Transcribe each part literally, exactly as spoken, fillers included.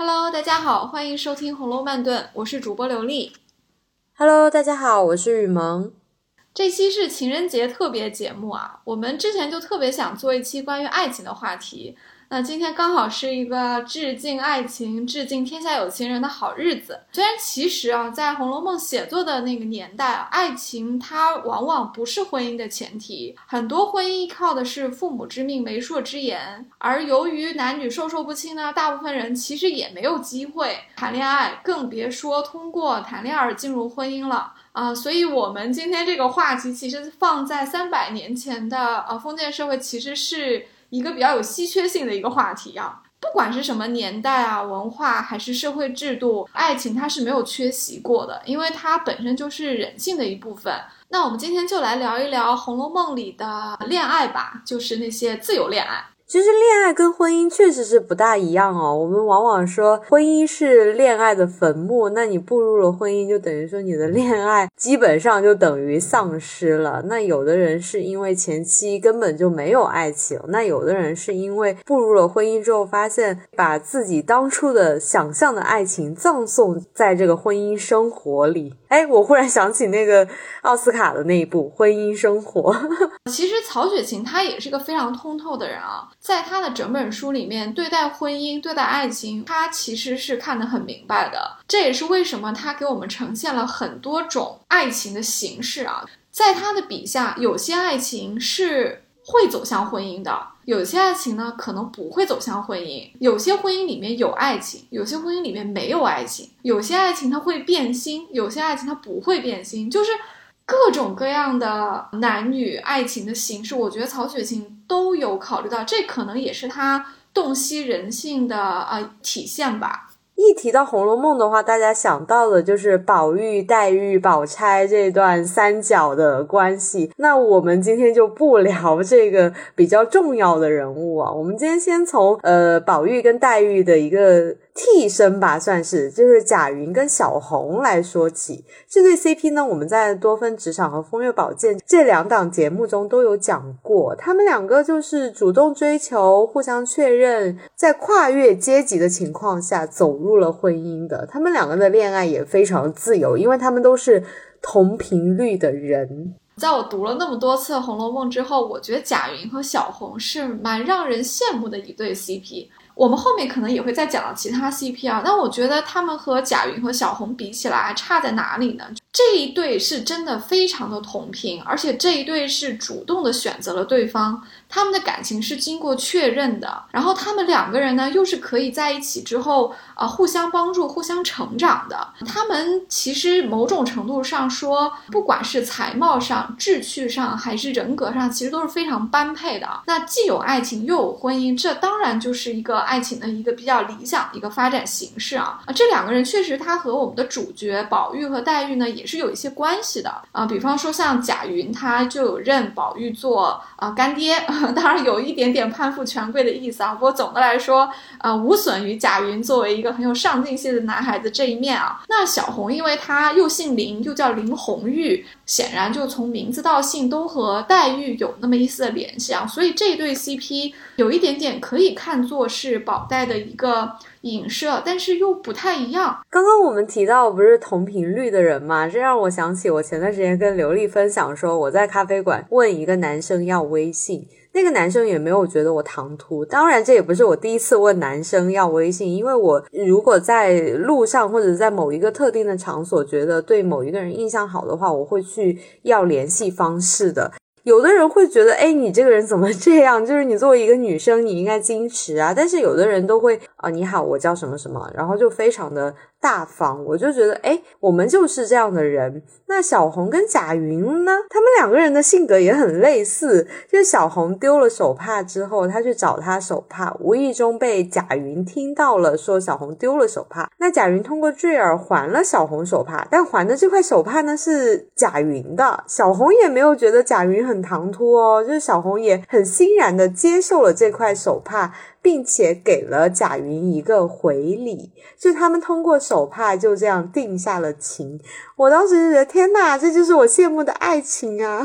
Hello， 大家好，欢迎收听《红楼慢炖》，我是主播刘丽。 Hello， 大家好，我是雨萌。 这期是情人节特别节目啊，我们之前就特别想做一期关于爱情的话题。那今天刚好是一个致敬爱情、致敬天下有情人的好日子。虽然其实啊，在《红楼梦》写作的那个年代啊，爱情它往往不是婚姻的前提，很多婚姻依靠的是父母之命、媒妁之言。而由于男女授受不亲呢，大部分人其实也没有机会谈恋爱，更别说通过谈恋爱而进入婚姻了。啊、呃，所以我们今天这个话题其实放在三百年前的呃封建社会，其实是一个比较有稀缺性的一个话题啊。不管是什么年代啊、文化还是社会制度，爱情它是没有缺席过的，因为它本身就是人性的一部分。那我们今天就来聊一聊《红楼梦》里的恋爱吧，就是那些自由恋爱。 其实恋爱跟婚姻确实是不大一样哦。我们往往说婚姻是恋爱的坟墓，那你步入了婚姻就等于说你的恋爱基本上就等于丧失了。那有的人是因为前期根本就没有爱情，那有的人是因为步入了婚姻之后发现把自己当初的想象的爱情葬送在这个婚姻生活里。哎，我忽然想起那个奥斯卡的那一部《婚姻生活》。 其实曹雪芹他也是个非常通透的人啊，在他的整本书里面对待婚姻、对待爱情，他其实是看得很明白的。这也是为什么他给我们呈现了很多种爱情的形式啊。在他的笔下，有些爱情是会走向婚姻的，有些爱情呢可能不会走向婚姻，有些婚姻里面有爱情，有些婚姻里面没有爱情，有些爱情它会变心，有些爱情它不会变心，就是各种各样的男女爱情的形式，我觉得曹雪芹都有考虑到，这可能也是他洞悉人性的呃体现吧。 一提到《红楼梦》的话，大家想到的就是宝玉、黛玉、宝钗这段三角的关系。那我们今天就不聊这个比较重要的人物啊，我们今天先从呃宝玉跟黛玉的一个替身吧，算是就是贾云跟小红来说起。这对 C P 呢，我们在多芬职场和风月宝鉴这两档节目中都有讲过，他们两个就是主动追求、互相确认，在跨越阶级的情况下走入了婚姻的。他们两个的恋爱也非常自由，因为他们都是同频率的人。 在我读了那么多次《红楼梦》之后，我觉得贾云和小红是蛮让人羡慕的一对 C P。我们后面可能也会再讲到其他 C P 啊，但我觉得他们和贾云和小红比起来差在哪里呢？这一对是真的非常的同频，而且这一对是主动的选择了对方，他们的感情是经过确认的，然后他们两个人呢又是可以在一起之后呃，互相帮助、互相成长的。他们其实某种程度上说，不管是才貌上、志趣上还是人格上，其实都是非常般配的。那既有爱情又有婚姻，这当然就是一个爱情的一个比较理想的一个发展形式啊。这两个人确实他和我们的主角宝玉和黛玉呢也是有一些关系的啊。比方说像贾云，他就有认宝玉做啊干爹，当然有一点点攀附权贵的意思啊。不过总的来说啊，无损于贾云作为一个很有上进心的男孩子这一面啊。那小红因为他又姓林，又叫林红玉，显然就从名字到姓都和黛玉有那么一丝的联系啊，所以这对 C P 有一点点可以看作是宝黛的一个影射，但是又不太一样。 刚刚我们提到不是同频率的人吗？这让我想起我前段时间跟刘丽分享说，我在咖啡馆问一个男生要微信，那个男生也没有觉得我唐突。当然这也不是我第一次问男生要微信，因为我如果在路上或者在某一个特定的场所觉得对某一个人印象好的话，我会去要联系方式的。有的人会觉得诶你这个人怎么这样，就是你作为一个女生你应该矜持啊，但是有的人都会啊，你好我叫什么什么，然后就非常的大方。我就觉得诶我们就是这样的人。那小红跟贾云呢，他们两个人的性格也很类似，就是小红丢了手帕之后，他去找他手帕，无意中被贾云听到了说小红丢了手帕，那贾云通过坠儿还了小红手帕，但还的这块手帕呢是贾云的。小红也没有觉得贾云很唐突哦，就是小红也很欣然的接受了这块手帕，并且给了贾云一个回礼，就他们通过手帕就这样定下了情。我当时就觉得天哪，这就是我羡慕的爱情啊。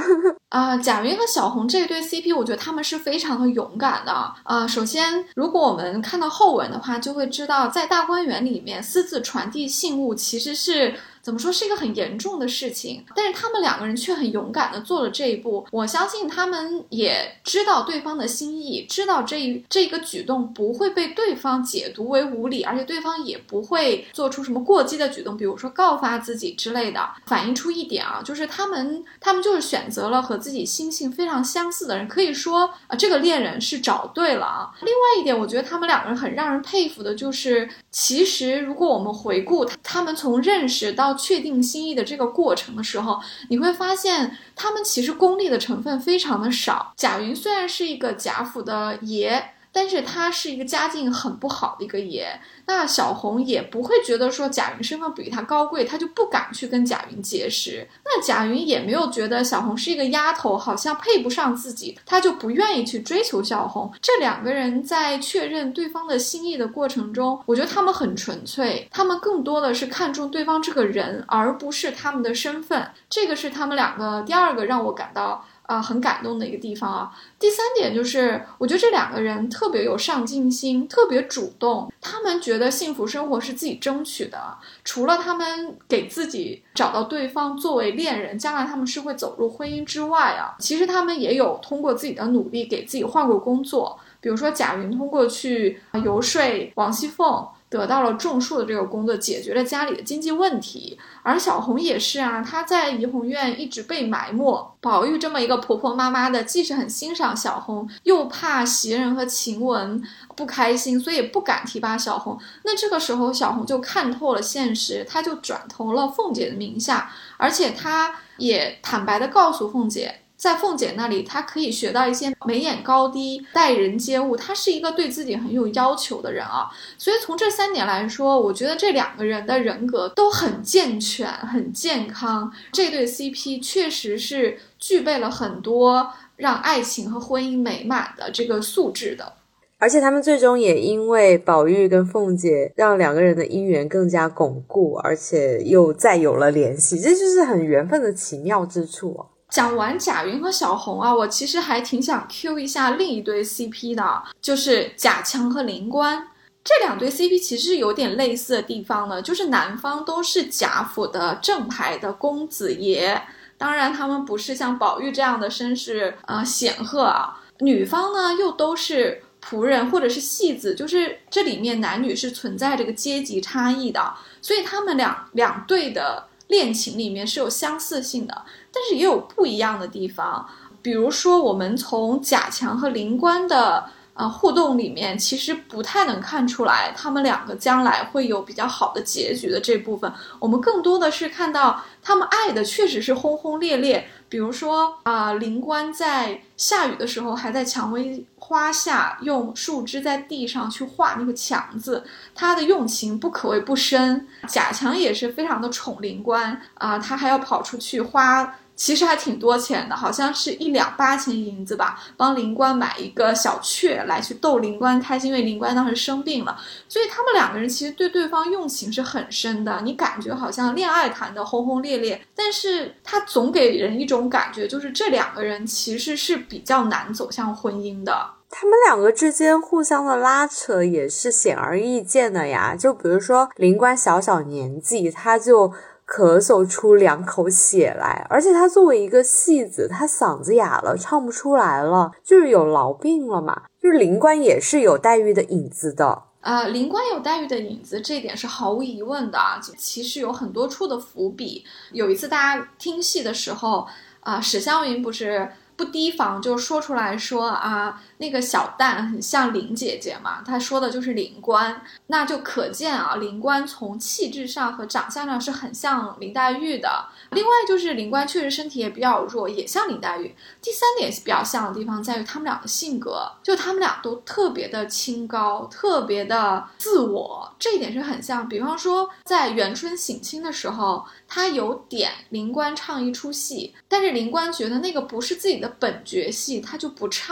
啊、呃，贾云和小红这对 C P， 我觉得他们是非常的勇敢的啊、呃。首先，如果我们看到后文的话，就会知道在大观园里面私自传递信物其实是怎么说是一个很严重的事情，但是他们两个人却很勇敢的做了这一步。我相信他们也知道对方的心意，知道这一这个举动不会被对方解读为无理，而且对方也不会做出什么过激的举动，比如说告发自己之类的。反映出一点啊，就是他们他们就是选择了和自己心性非常相似的人，可以说啊，这个恋人是找对了啊。另外一点，我觉得他们两个人很让人佩服的就是，其实如果我们回顾他们从认识到确定心意的这个过程的时候，你会发现他们其实功利的成分非常的少。贾云虽然是一个贾府的爷，但是他是一个家境很不好的一个爷，那小红也不会觉得说贾云身份比他高贵，他就不敢去跟贾云结识。那贾云也没有觉得小红是一个丫头，好像配不上自己，他就不愿意去追求小红。这两个人在确认对方的心意的过程中，我觉得他们很纯粹，他们更多的是看重对方这个人，而不是他们的身份。这个是他们两个第二个让我感到啊、呃，很感动的一个地方啊。第三点就是，我觉得这两个人特别有上进心，特别主动。他们觉得幸福生活是自己争取的，除了他们给自己找到对方作为恋人，将来他们是会走入婚姻之外啊，其实他们也有通过自己的努力给自己换过工作。比如说贾云通过去游说王熙凤，得到了种树的这个工作，解决了家里的经济问题。而小红也是啊，她在怡红院一直被埋没。宝玉这么一个婆婆妈妈的，既是很欣赏小红，又怕袭人和晴雯不开心，所以不敢提拔小红。那这个时候小红就看透了现实，她就转投了凤姐的名下，而且她也坦白地告诉凤姐，在凤姐那里她可以学到一些眉眼高低、待人接物，她是一个对自己很有要求的人啊。所以从这三点来说，我觉得这两个人的人格都很健全、很健康。这对 C P 确实是具备了很多让爱情和婚姻美满的这个素质的。 而且他们最终也因为宝玉跟凤姐让两个人的姻缘更加巩固，而且又再有了联系，这就是很缘分的奇妙之处啊。 讲完贾云和小红啊，我其实还挺想 Q 一下另一对 C P 的，就是贾强和林官。这两对 C P 其实有点类似的地方呢，就是男方都是贾府的正牌的公子爷，当然他们不是像宝玉这样的身世呃显赫啊。女方呢又都是仆人或者是戏子，就是这里面男女是存在这个阶级差异的，所以他们两两对的恋情里面是有相似性的，但是也有不一样的地方。比如说我们从贾强和林官的呃互动里面，其实不太能看出来他们两个将来会有比较好的结局的这部分，我们更多的是看到他们爱的确实是轰轰烈烈。比如说啊、呃，林官在下雨的时候还在蔷薇花下用树枝在地上去画那个墙字，他的用情不可谓不深。贾强也是非常的宠林官啊、呃，他还要跑出去花其实还挺多钱的，好像是一两八千银子吧，帮林官买一个小雀来去逗林官开心，因为林官当时生病了。所以他们两个人其实对对方用情是很深的，你感觉好像恋爱谈的轰轰烈烈，但是他总给人一种感觉，就是这两个人其实是比较难走向婚姻的。 他们两个之间互相的拉扯也是显而易见的呀，就比如说林官小小年纪他就咳嗽出两口血来，而且他作为一个戏子，他嗓子哑了，唱不出来了，就是有痨病了嘛。就是林官也是有黛玉的影子的。 呃，林官有黛玉的影子，这一点是毫无疑问的啊。其实有很多处的伏笔。有一次大家听戏的时候啊、呃，史湘云不是不提防就说出来说啊，那个小旦很像林姐姐嘛，她说的就是林官，那就可见啊，林官从气质上和长相上是很像林黛玉的。另外就是林官确实身体也比较弱，也像林黛玉。第三点比较像的地方在于他们俩的性格，就他们俩都特别的清高，特别的自我，这一点是很像。比方说在元春省亲的时候，他有点林官唱一出戏，但是林官觉得那个不是自己的本角戏，他就不唱。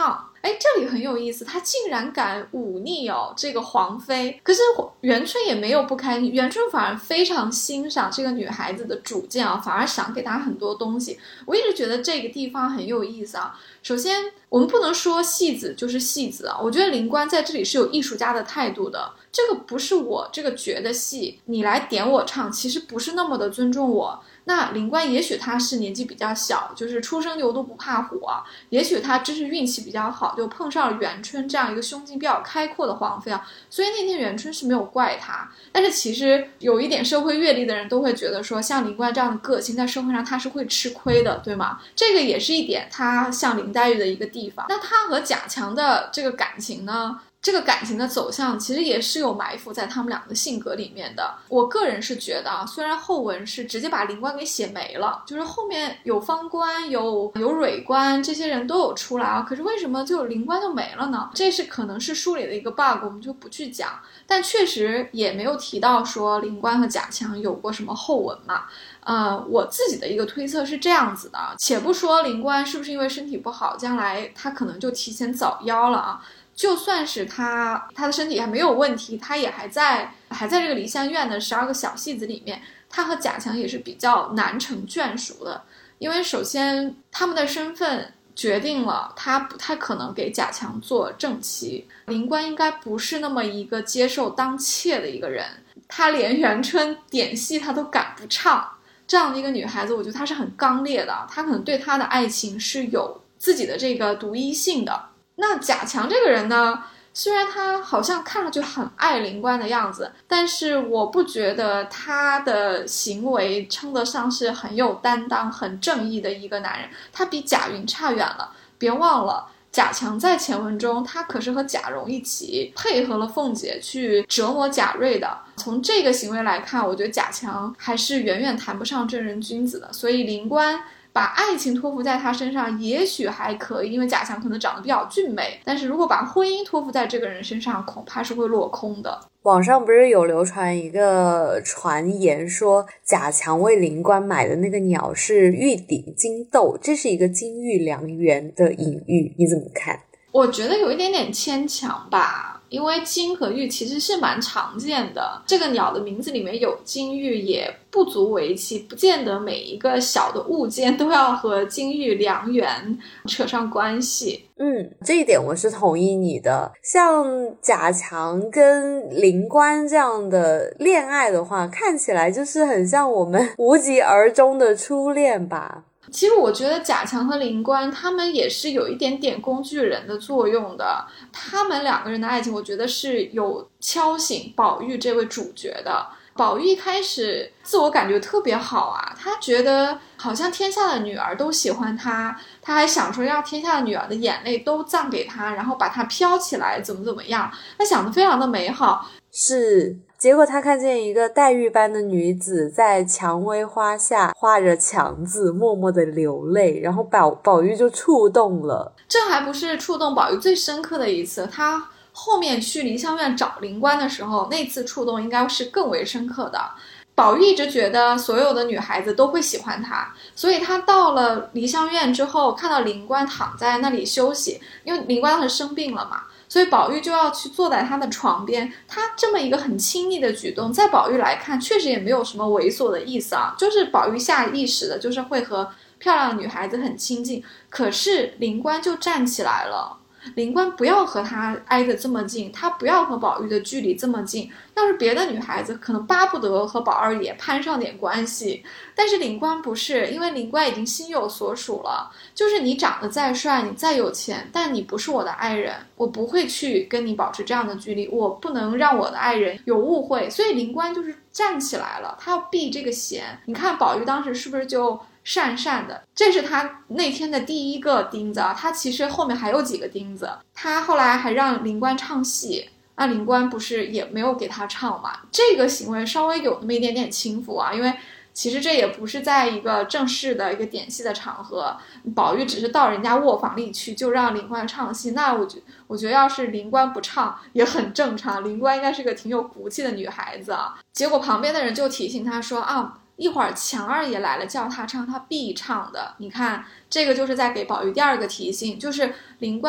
哎，这里很有意思，他竟然敢忤逆哦这个皇妃，可是元春也没有不开心，元春反而非常欣赏这个女孩子的主见啊，反而赏给她很多东西。我一直觉得这个地方很有意思啊。首先我们不能说戏子就是戏子啊，我觉得灵官在这里是有艺术家的态度的，这个不是我这个角的戏，你来点我唱，其实不是那么的尊重我。那灵官也许他是年纪比较小，就是初生牛犊不怕虎啊，也许他真是运气比较好，就碰上了元春这样一个胸襟比较开阔的皇妃啊，所以那天元春是没有怪他。但是其实有一点社会阅历的人都会觉得说，像灵官这样的个性在社会上他是会吃亏的，对吗？这个也是一点他像林黛玉的一个地方。那他和贾强的这个感情呢，这个感情的走向其实也是有埋伏在他们俩的性格里面的。我个人是觉得啊，虽然后文是直接把灵官给写没了，就是后面有方官有有蕊官这些人都有出来啊，可是为什么就灵官就没了呢？这是可能是书里的一个 bug， 我们就不去讲，但确实也没有提到说灵官和贾强有过什么后文嘛。呃，我自己的一个推测是这样子的，且不说灵官是不是因为身体不好，将来他可能就提前早夭了啊。就算是他他的身体还没有问题，他也还在还在这个梨香院的十二个小戏子里面，他和贾强也是比较难成眷属的。因为首先他们的身份决定了他不太可能给贾强做正妻，灵官应该不是那么一个接受当妾的一个人，他连元春点戏他都赶不唱，这样的一个女孩子，我觉得她是很刚烈的，她可能对她的爱情是有自己的这个独一性的。那贾强这个人呢，虽然他好像看上去很爱灵官的样子，但是我不觉得他的行为称得上是很有担当很正义的一个男人，他比贾云差远了。别忘了贾强在前文中他可是和贾蓉一起配合了凤姐去折磨贾瑞的，从这个行为来看，我觉得贾强还是远远谈不上正人君子的。所以灵官把爱情托付在他身上也许还可以，因为贾强可能长得比较俊美，但是如果把婚姻托付在这个人身上，恐怕是会落空的。 网上不是有流传一个传言说贾强为灵官买的那个鸟是玉鼎金豆，这是一个金玉良缘的隐喻，你怎么看？ 我觉得有一点点牵强吧，因为金和玉其实是蛮常见的，这个鸟的名字里面有金玉也不足为奇，不见得每一个小的物件都要和金玉良缘扯上关系。 嗯，这一点我是同意你的。像贾强跟灵官这样的恋爱的话，看起来就是很像我们无疾而终的初恋吧。 其实我觉得贾强和灵官他们也是有一点点工具人的作用的，他们两个人的爱情我觉得是有敲醒宝玉这位主角的。宝玉一开始自我感觉特别好啊，他觉得好像天下的女儿都喜欢他，他还想说让天下的女儿的眼泪都葬给他，然后把他飘起来怎么怎么样，他想得非常的美好。 是，结果他看见一个黛玉般的女子在蔷薇花下画着强字，默默的流泪，然后宝宝玉就触动了。 这还不是触动宝玉最深刻的一次，他后面去梨香院找灵官的时候，那次触动应该是更为深刻的。宝玉一直觉得所有的女孩子都会喜欢他，所以他到了梨香院之后，看到灵官躺在那里休息，因为灵官当时生病了嘛，所以宝玉就要去坐在他的床边。他这么一个很亲昵的举动，在宝玉来看确实也没有什么猥琐的意思啊，就是宝玉下意识的就是会和漂亮的女孩子很亲近。可是灵官就站起来了，灵官不要和他挨得这么近，他不要和宝玉的距离这么近。要是别的女孩子可能巴不得和宝二爷攀上点关系，但是灵官不是，因为灵官已经心有所属了，就是你长得再帅，你再有钱，但你不是我的爱人，我不会去跟你保持这样的距离，我不能让我的爱人有误会。所以灵官就是站起来了，他要避这个嫌。你看宝玉当时是不是就讪讪的，这是他那天的第一个钉子啊，他其实后面还有几个钉子。他后来还让灵官唱戏，那灵官不是也没有给他唱嘛，这个行为稍微有那么一点点轻浮啊，因为其实这也不是在一个正式的一个点戏的场合，宝玉只是到人家卧房里去就让灵官唱戏，那我觉我觉得要是灵官不唱也很正常，灵官应该是个挺有骨气的女孩子啊。结果旁边的人就提醒他说啊，一会儿强二爷来了叫他唱，他必唱的。你看这个就是在给宝玉第二个提醒，就是灵官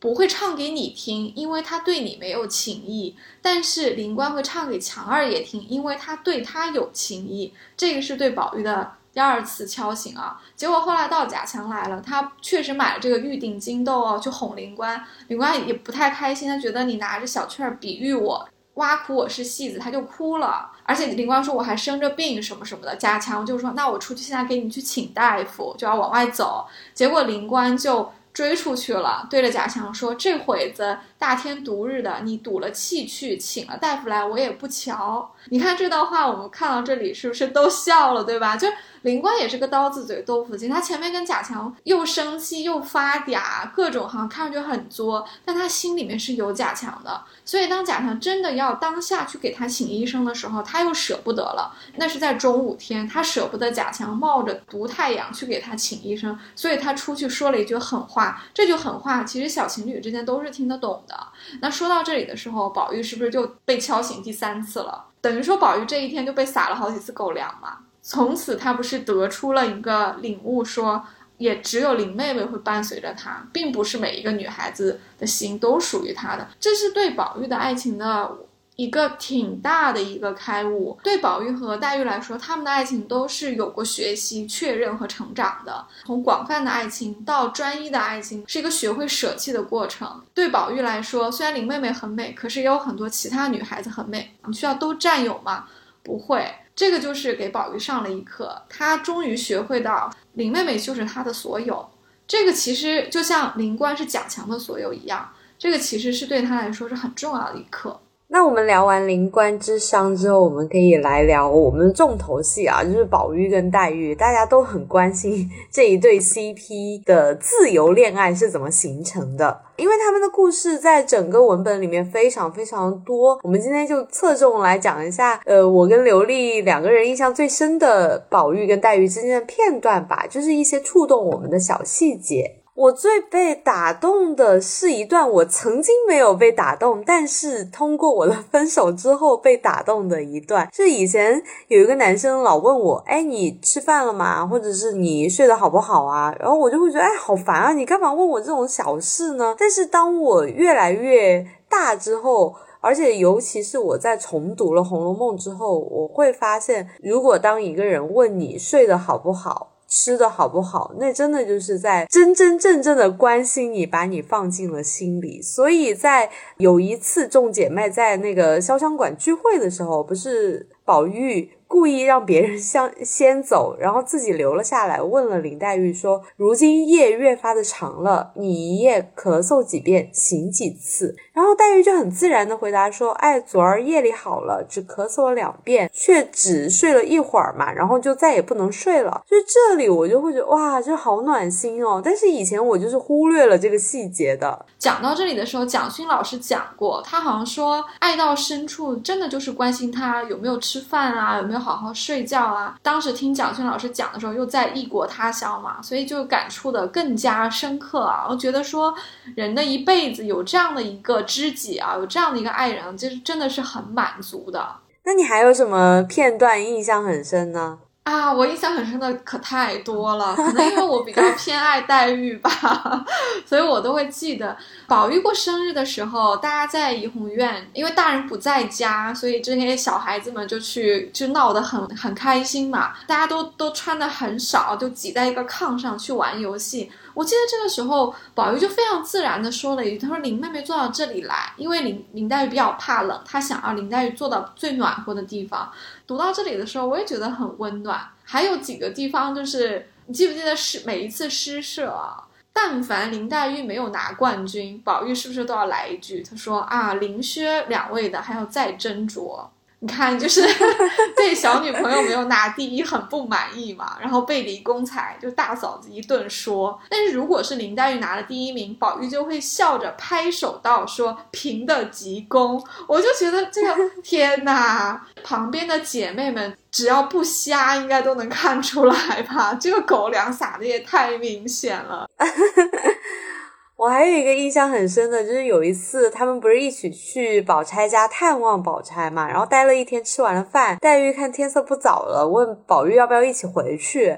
不会唱给你听，因为他对你没有情意，但是灵官会唱给强二爷听，因为他对他有情意。这个是对宝玉的第二次敲醒啊。结果后来到贾强来了，他确实买了这个玉锭金豆哦，去哄灵官，灵官也不太开心，他觉得你拿着小雀儿比喻我，挖苦我是戏子，他就哭了。而且灵官说我还生着病什么什么的，贾强就说那我出去现在给你去请大夫，就要往外走。结果灵官就追出去了，对着贾强说这会子大天独日的，你赌了气去，请了大夫来，我也不瞧。你看这段话我们看到这里是不是都笑了，对吧？就灵官也是个刀子嘴豆腐心，他前面跟贾强又生气又发嗲，各种好像看上去很作，但他心里面是有贾强的。所以当贾强真的要当下去给他请医生的时候，他又舍不得了。那是在中午天，他舍不得贾强冒着毒太阳去给他请医生，所以他出去说了一句狠话。这句狠话其实小情侣之间都是听得懂的。那说到这里的时候，宝玉是不是就被敲醒第三次了？等于说宝玉这一天就被撒了好几次狗粮嘛。从此他不是得出了一个领悟，说也只有林妹妹会伴随着他，并不是每一个女孩子的心都属于他的。这是对宝玉的爱情的一个挺大的一个开悟。对宝玉和黛玉来说，他们的爱情都是有过学习、确认和成长的。从广泛的爱情到专一的爱情，是一个学会舍弃的过程。对宝玉来说，虽然林妹妹很美，可是也有很多其他女孩子很美，你需要都占有吗？不会。这个就是给宝玉上了一课，他终于学会到林妹妹就是他的所有。这个其实就像灵官是贾强的所有一样，这个其实是对他来说是很重要的一课。 那我们聊完灵官之伤之后，我们可以来聊我们的重头戏啊，就是宝玉跟黛玉。大家都很关心这一对 C P 的自由恋爱是怎么形成的，因为他们的故事在整个文本里面非常非常多。我们今天就侧重来讲一下呃，我跟刘丽两个人印象最深的宝玉跟黛玉之间的片段吧，就是一些触动我们的小细节。我最被打动的是一段我曾经没有被打动，但是通过我的分手之后被打动的一段。是以前有一个男生老问我，哎，你吃饭了吗？或者是你睡得好不好啊？然后我就会觉得，哎，好烦啊，你干嘛问我这种小事呢？但是当我越来越大之后，而且尤其是我在重读了《红楼梦》之后，我会发现，如果当一个人问你睡得好不好，吃的好不好，那真的就是在真真正正的关心你，把你放进了心里。所以在有一次众姐妹在那个潇湘馆聚会的时候，不是宝玉故意让别人先走，然后自己留了下来，问了林黛玉说，如今夜越发的长了，你一夜咳嗽几遍，醒几次？然后黛玉就很自然的回答说，哎，昨儿夜里好了，只咳嗽了两遍，却只睡了一会儿嘛，然后就再也不能睡了。就这里我就会觉得，哇，这好暖心哦。但是以前我就是忽略了这个细节的。 讲到这里的时候，蒋勋老师讲过，他好像说爱到深处真的就是关心他有没有吃饭啊，有没有好好睡觉啊。当时听蒋勋老师讲的时候，又在异国他乡嘛，所以就感触的更加深刻啊。我觉得说人的一辈子有这样的一个知己啊，有这样的一个爱人，就是真的是很满足的。 那你还有什么片段印象很深呢？ 啊，我印象很深的可太多了，可能因为我比较偏爱黛玉吧，所以我都会记得宝玉过生日的时候，大家在怡红院，因为大人不在家，所以这些小孩子们就去就闹得很很开心嘛，大家都都穿得很少，就挤在一个炕上去玩游戏。我记得这个时候宝玉就非常自然地说了一句，他说林妹妹坐到这里来，因为林林黛玉比较怕冷，他想要林黛玉坐到最暖和的地方。读到这里的时候我也觉得很温暖。还有几个地方，就是你记不记得是每一次诗社啊，但凡林黛玉没有拿冠军，宝玉是不是都要来一句，他说啊，林薛两位的还要再斟酌。你看，就是对小女朋友没有拿第一很不满意嘛，然后被李公才就大嫂子一顿说。但是如果是林黛玉拿了第一名，宝玉就会笑着拍手道说评得极功。我就觉得这个天哪，旁边的姐妹们只要不瞎应该都能看出来吧，这个狗粮撒的也太明显了。 我还有一个印象很深的，就是有一次他们不是一起去宝钗家探望宝钗嘛，然后待了一天，吃完了饭，黛玉看天色不早了，问宝玉要不要一起回去。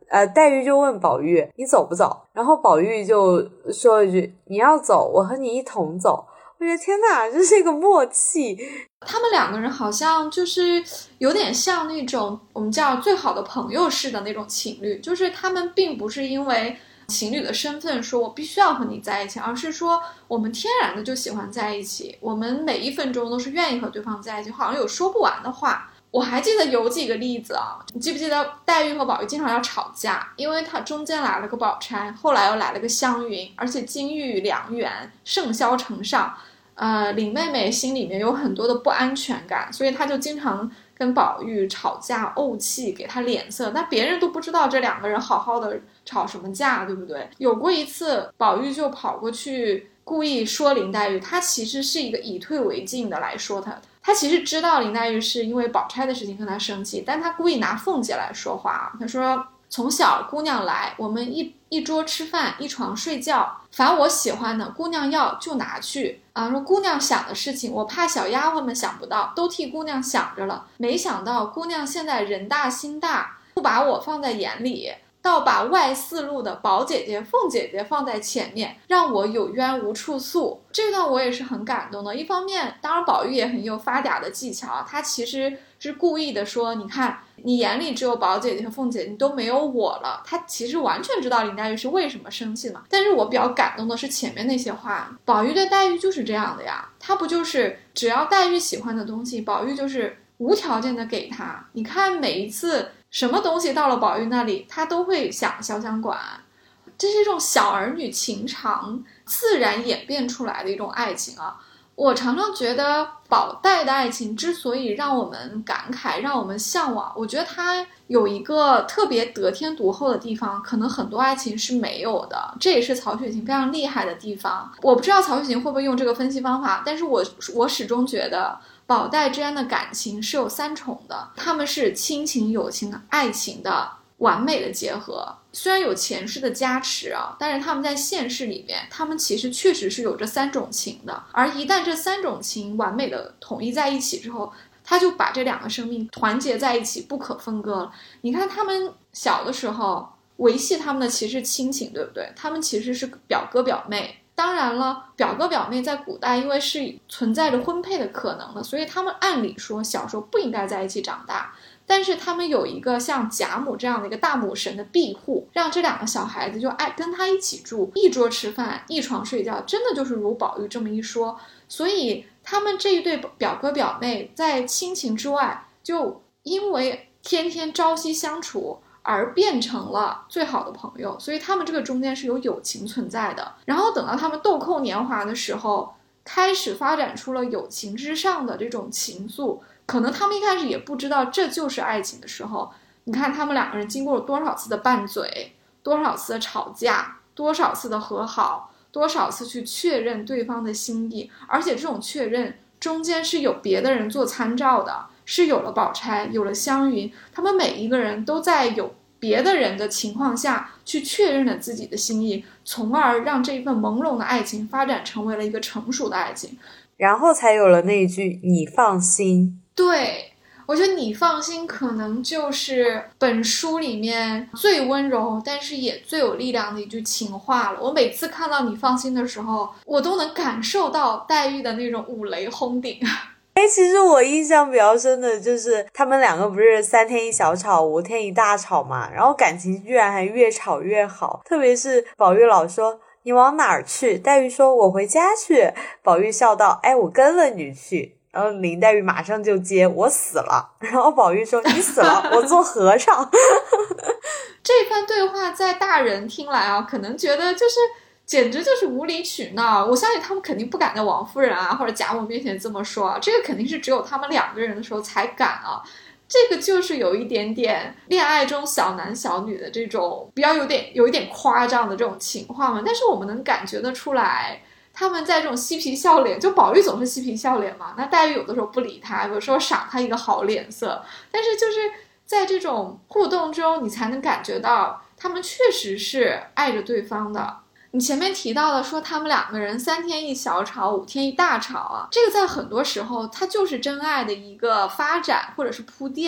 呃，黛玉就问宝玉你走不走，然后宝玉就说一句你要走我和你一同走。我觉得天哪，这是一个默契。 他们两个人好像就是有点像那种我们叫最好的朋友式的那种情侣，就是他们并不是因为情侣的身份说我必须要和你在一起，而是说我们天然的就喜欢在一起，我们每一分钟都是愿意和对方在一起，好像有说不完的话。我还记得有几个例子啊，你记不记得黛玉和宝玉经常要吵架，因为他中间来了个宝钗，后来又来了个湘云，而且金玉良缘，盛嚣尘上，呃，林妹妹心里面有很多的不安全感，所以她就经常跟宝玉吵架怄气，给他脸色，但别人都不知道这两个人好好的吵什么架，对不对？有过一次宝玉就跑过去故意说林黛玉，他其实是一个以退为进的来说他，他其实知道林黛玉是因为宝钗的事情跟他生气，但他故意拿凤姐来说话，他说从小姑娘来，我们一一桌吃饭，一床睡觉，凡我喜欢的姑娘要就拿去啊。说姑娘想的事情，我怕小丫鬟们想不到，都替姑娘想着了。没想到姑娘现在人大心大，不把我放在眼里，倒把外四路的宝姐姐、凤姐姐放在前面，让我有冤无处诉。这段我也是很感动的。一方面，当然宝玉也很有发嗲的技巧，他其实是故意的说，你看你眼里只有宝姐姐和凤姐姐，你都没有我了。他其实完全知道林黛玉是为什么生气嘛。但是我比较感动的是前面那些话，宝玉对黛玉就是这样的呀，他不就是只要黛玉喜欢的东西，宝玉就是无条件的给他。你看每一次什么东西到了宝玉那里，他都会想潇湘馆，这是一种小儿女情长自然演变出来的一种爱情啊。我常常觉得宝黛的爱情之所以让我们感慨，让我们向往，我觉得它有一个特别得天独厚的地方，可能很多爱情是没有的，这也是曹雪芹非常厉害的地方。我不知道曹雪芹会不会用这个分析方法，但是我我始终觉得宝黛之间的感情是有三重的，他们是亲情、友情、爱情的完美的结合。虽然有前世的加持啊，但是他们在现世里面，他们其实确实是有这三种情的。而一旦这三种情完美的统一在一起之后，他就把这两个生命团结在一起，不可分割了。你看他们小的时候维系他们的其实亲情，对不对？他们其实是表哥表妹。当然了，表哥表妹在古代因为是存在着婚配的可能的，所以他们按理说小时候不应该在一起长大。但是他们有一个像贾母这样的一个大母神的庇护，让这两个小孩子就爱跟他一起住，一桌吃饭，一床睡觉，真的就是如宝玉这么一说。所以他们这一对表哥表妹在亲情之外，就因为天天朝夕相处而变成了最好的朋友，所以他们这个中间是有友情存在的。然后等到他们豆蔻年华的时候，开始发展出了友情之上的这种情愫，可能他们一开始也不知道这就是爱情的时候，你看他们两个人经过了多少次的拌嘴，多少次的吵架，多少次的和好，多少次去确认对方的心意，而且这种确认中间是有别的人做参照的，是有了宝钗，有了湘云，他们每一个人都在有别的人的情况下去确认了自己的心意，从而让这一份朦胧的爱情发展成为了一个成熟的爱情， 然后才有了那一句你放心。 对，我觉得你放心可能就是本书里面最温柔但是也最有力量的一句情话了。我每次看到你放心的时候，我都能感受到黛玉的那种五雷轰顶。 哎，其实我印象比较深的就是他们两个不是三天一小吵五天一大吵嘛，然后感情居然还越吵越好。特别是宝玉老说你往哪儿去，黛玉说我回家去，宝玉笑道哎我跟了你去，然后林黛玉马上就接我死了，然后宝玉说你死了我做和尚。 这番对话在大人听来啊，可能觉得就是简直就是无理取闹，我相信他们肯定不敢在王夫人啊或者贾母面前这么说啊，这个肯定是只有他们两个人的时候才敢啊。这个就是有一点点恋爱中小男小女的这种比较有点有一点夸张的这种情况嘛，但是我们能感觉得出来他们在这种嬉皮笑脸，就宝玉总是嬉皮笑脸嘛，那黛玉有的时候不理他，有时候赏他一个好脸色，但是就是在这种互动中你才能感觉到他们确实是爱着对方的。你前面提到的说他们两个人三天一小吵五天一大吵啊，这个在很多时候它就是真爱的一个发展或者是铺垫。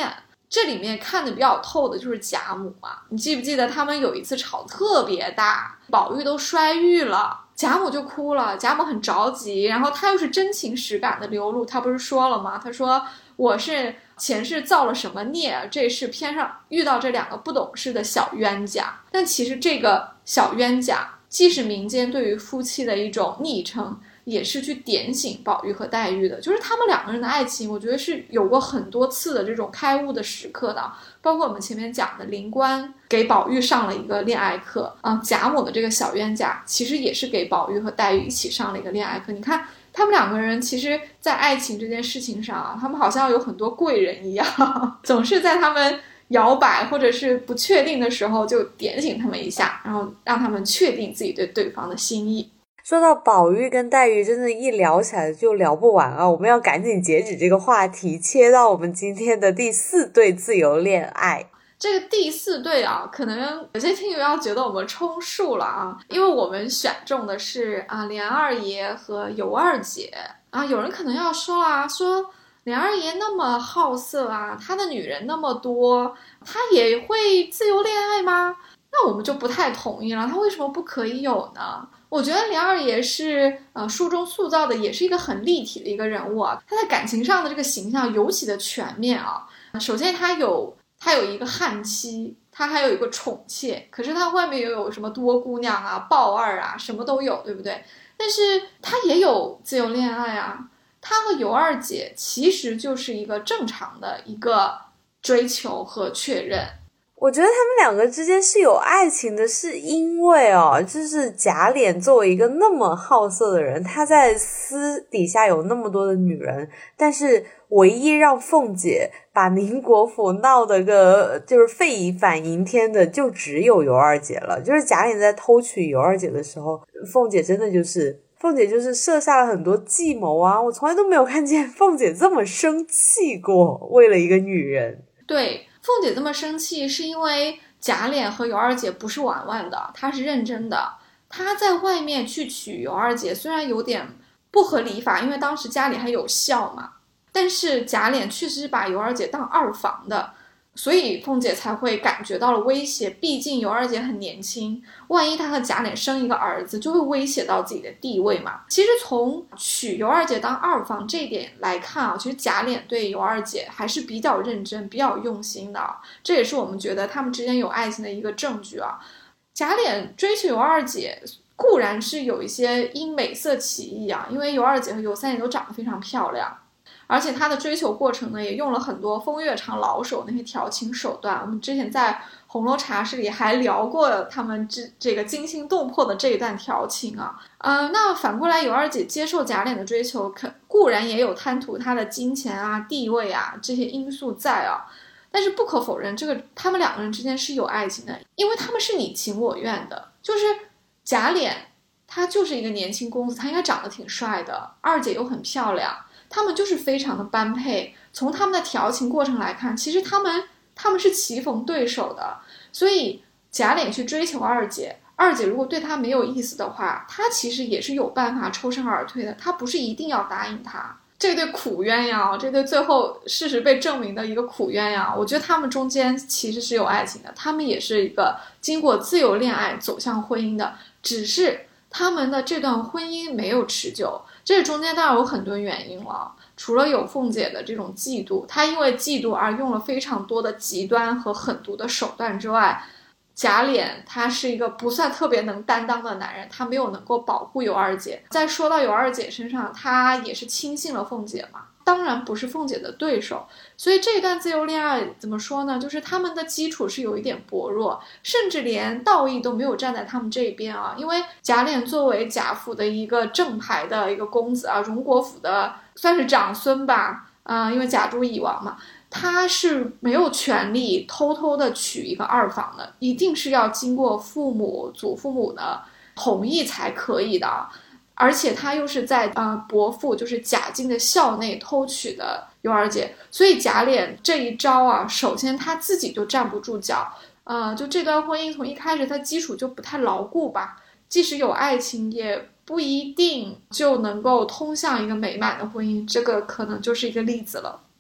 这里面看的比较透的就是贾母嘛，你记不记得他们有一次吵特别大，宝玉都摔玉了，贾母就哭了，贾母很着急，然后她又是真情实感的流露，她不是说了吗？她说我是前世造了什么孽，这世偏上遇到这两个不懂事的小冤家。但其实这个小冤家既是民间对于夫妻的一种昵称，也是去点醒宝玉和黛玉的，就是他们两个人的爱情我觉得是有过很多次的这种开悟的时刻的，包括我们前面讲的灵官给宝玉上了一个恋爱课啊，贾母的这个小冤家其实也是给宝玉和黛玉一起上了一个恋爱课。你看他们两个人其实在爱情这件事情上啊，他们好像有很多贵人一样，总是在他们摇摆或者是不确定的时候就点醒他们一下，然后让他们确定自己对对方的心意。 说到宝玉跟黛玉，真的一聊起来就聊不完啊！我们要赶紧截止这个话题，切到我们今天的第四对自由恋爱。 这个第四对啊，可能有些听友要觉得我们充数了啊，因为我们选中的是啊琏二爷和尤二姐啊。有人可能要说啊，说琏二爷那么好色啊，他的女人那么多，他也会自由恋爱吗？那我们就不太同意了，他为什么不可以有呢？我觉得琏二爷是呃书中塑造的也是一个很立体的一个人物啊，他在感情上的这个形象尤其的全面啊。首先他有他有一个悍妻，他还有一个宠妾，可是他外面又有什么多姑娘啊、鲍二啊，什么都有，对不对？但是他也有自由恋爱啊，他和尤二姐其实就是一个正常的一个追求和确认。 我觉得他们两个之间是有爱情的，是因为哦，就是贾琏作为一个那么好色的人，他在私底下有那么多的女人，但是唯一让凤姐把宁国府闹得个就是沸宜反盈天的，就只有尤二姐了。就是贾琏在偷娶尤二姐的时候，凤姐真的就是凤姐就是设下了很多计谋啊，我从来都没有看见凤姐这么生气过，为了一个女人。 对，凤姐这么生气是因为贾琏和尤二姐不是玩玩的，她是认真的。她在外面去娶尤二姐虽然有点不合理法，因为当时家里还有孝嘛，但是贾琏确实是把尤二姐当二房的，所以凤姐才会感觉到了威胁。毕竟尤二姐很年轻，万一她和贾琏生一个儿子，就会威胁到自己的地位嘛。其实从娶尤二姐当二房这一点来看啊，其实贾琏对尤二姐还是比较认真、比较用心的，这也是我们觉得他们之间有爱情的一个证据啊。贾琏追求尤二姐固然是有一些因美色起意啊，因为尤二姐和尤三姐都长得非常漂亮，而且他的追求过程呢，也用了很多风月场老手那些调情手段。我们之前在红楼茶室里还聊过他们这这个惊心动魄的这一段调情啊。呃，那反过来，尤二姐接受贾琏的追求，可固然也有贪图他的金钱啊、地位啊这些因素在啊，但是不可否认，这个他们两个人之间是有爱情的，因为他们是你情我愿的。就是贾琏他就是一个年轻公子，他应该长得挺帅的，二姐又很漂亮。他们就是非常的般配，从他们的调情过程来看，其实他们他们是棋逢对手的。所以贾琏去追求二姐，二姐如果对他没有意思的话，他其实也是有办法抽身而退的，他不是一定要答应他。这对苦鸳鸯，这对最后事实被证明的一个苦鸳鸯，我觉得他们中间其实是有爱情的，他们也是一个经过自由恋爱走向婚姻的，只是他们的这段婚姻没有持久。这中间当然有很多原因了，除了有凤姐的这种嫉妒，她因为嫉妒而用了非常多的极端和狠毒的手段之外，贾琏他是一个不算特别能担当的男人，他没有能够保护尤二姐。再说到尤二姐身上，他也是轻信了凤姐嘛，当然不是凤姐的对手。所以这段自由恋爱怎么说呢，就是他们的基础是有一点薄弱，甚至连道义都没有站在他们这边啊。因为贾琏作为贾府的一个正牌的一个公子啊，荣国府的算是长孙吧，啊、呃，因为贾珠已亡嘛，他是没有权利偷偷的娶一个二房的，一定是要经过父母祖父母的同意才可以的。而且他又是在呃伯父就是贾敬的校内偷取的尤二姐，所以贾琏这一招啊，首先他自己就站不住脚，呃，就这段婚姻从一开始他基础就不太牢固吧，即使有爱情也不一定就能够通向一个美满的婚姻，这个可能就是一个例子了。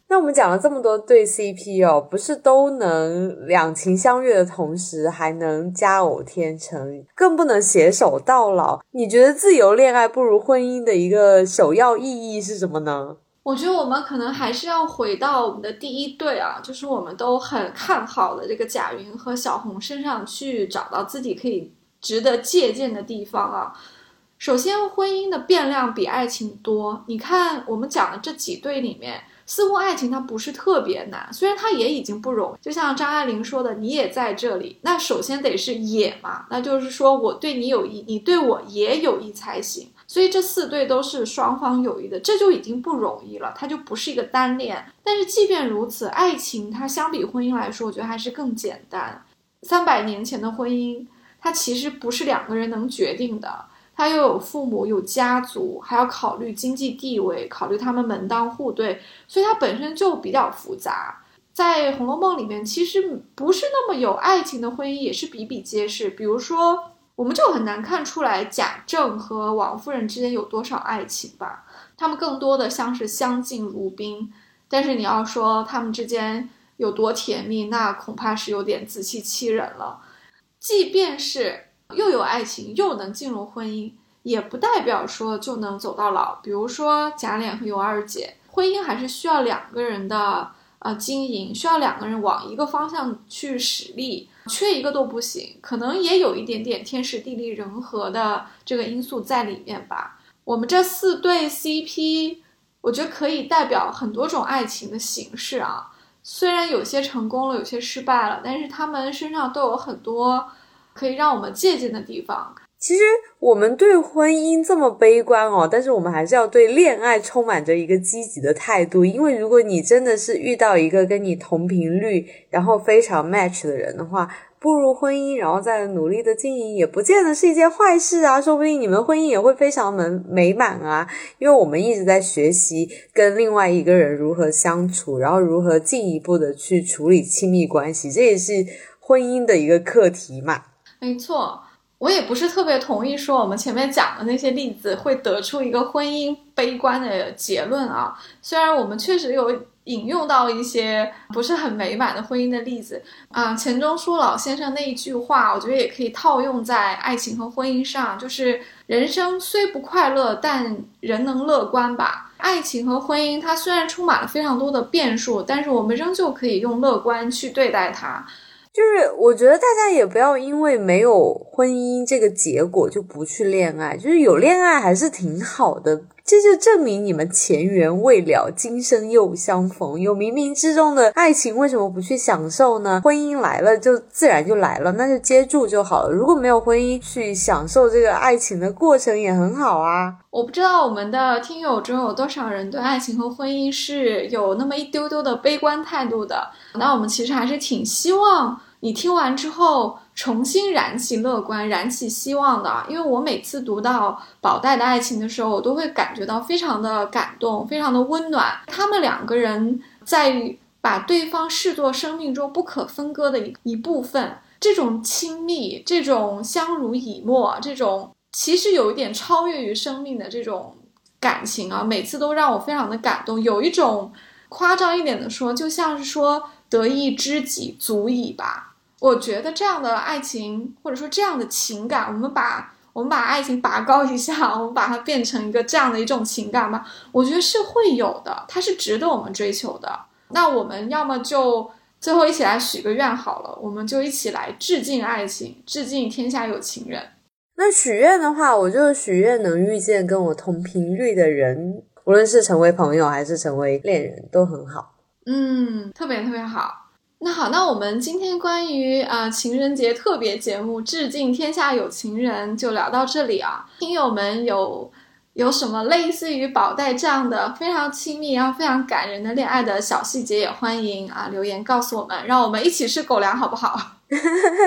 那我们讲了这么多对 C P 哦，不是都能两情相悦的同时还能佳偶天成，更不能携手到老。你觉得自由恋爱不如婚姻的一个首要意义是什么呢？ 我觉得我们可能还是要回到我们的第一对啊，就是我们都很看好的这个贾云和小红身上去找到自己可以值得借鉴的地方啊。首先，婚姻的变量比爱情多。你看我们讲的这几对里面，似乎爱情它不是特别难，虽然它也已经不容易。就像张爱玲说的，你也在这里，那首先得是也嘛，那就是说我对你有意，你对我也有意才行。所以这四对都是双方有意的，这就已经不容易了，它就不是一个单恋。但是即便如此，爱情它相比婚姻来说，我觉得还是更简单。三百年前的婚姻，它其实不是两个人能决定的，它又有父母，有家族，还要考虑经济地位，考虑他们门当户对，所以它本身就比较复杂。在《红楼梦》里面，其实不是那么有爱情的婚姻也是比比皆是。比如说我们就很难看出来贾政和王夫人之间有多少爱情吧，他们更多的像是相敬如宾。但是你要说他们之间有多甜蜜，那恐怕是有点自欺欺人了。即便是又有爱情又能进入婚姻，也不代表说就能走到老。比如说贾琏和尤二姐，婚姻还是需要两个人的呃经营，需要两个人往一个方向去使力，缺一个都不行。可能也有一点点天时地利人和的这个因素在里面吧。我们这四对 C P， 我觉得可以代表很多种爱情的形式啊。虽然有些成功了，有些失败了，但是他们身上都有很多可以让我们借鉴的地方。 其实我们对婚姻这么悲观哦，但是我们还是要对恋爱充满着一个积极的态度。因为如果你真的是遇到一个跟你同频率然后非常 match 的人的话，步入婚姻然后再努力的经营也不见得是一件坏事啊，说不定你们婚姻也会非常美满啊。因为我们一直在学习跟另外一个人如何相处，然后如何进一步的去处理亲密关系，这也是婚姻的一个课题嘛。 没错，我也不是特别同意说我们前面讲的那些例子会得出一个婚姻悲观的结论啊。虽然我们确实有引用到一些不是很美满的婚姻的例子啊，钱钟书老先生那一句话，我觉得也可以套用在爱情和婚姻上，就是人生虽不快乐，但人能乐观吧。爱情和婚姻它虽然充满了非常多的变数，但是我们仍旧可以用乐观去对待它。 就是我觉得大家也不要因为没有婚姻这个结果就不去恋爱，就是有恋爱还是挺好的，这就证明你们前缘未了，今生又相逢。有冥冥之中的爱情，为什么不去享受呢？婚姻来了就自然就来了，那就接住就好了。如果没有婚姻，去享受这个爱情的过程也很好啊。 我不知道我们的听友中有多少人对爱情和婚姻是有那么一丢丢的悲观态度的，那我们其实还是挺希望你听完之后重新燃起乐观，燃起希望的。因为我每次读到宝黛的爱情的时候，我都会感觉到非常的感动，非常的温暖。他们两个人在把对方视作生命中不可分割的一部分，这种亲密，这种相濡以沫，这种其实有一点超越于生命的这种感情啊，每次都让我非常的感动。有一种夸张一点的说，就像是说得一知己足矣吧。我觉得这样的爱情或者说这样的情感，我们把我们把爱情拔高一下，我们把它变成一个这样的一种情感吧，我觉得是会有的，它是值得我们追求的。那我们要么就最后一起来许个愿好了，我们就一起来致敬爱情，致敬天下有情人。 那许愿的话，我就许愿能遇见跟我同频率的人，无论是成为朋友还是成为恋人都很好。 嗯，特别特别好。那好，那我们今天关于呃情人节特别节目致敬天下有情人就聊到这里啊。听友们有有什么类似于宝黛这样的非常亲密然后非常感人的恋爱的小细节，也欢迎啊留言告诉我们，让我们一起吃狗粮好不好？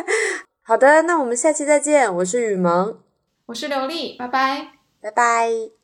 好的，那我们下期再见。我是雨萌， 我是刘丽，拜拜， 拜拜。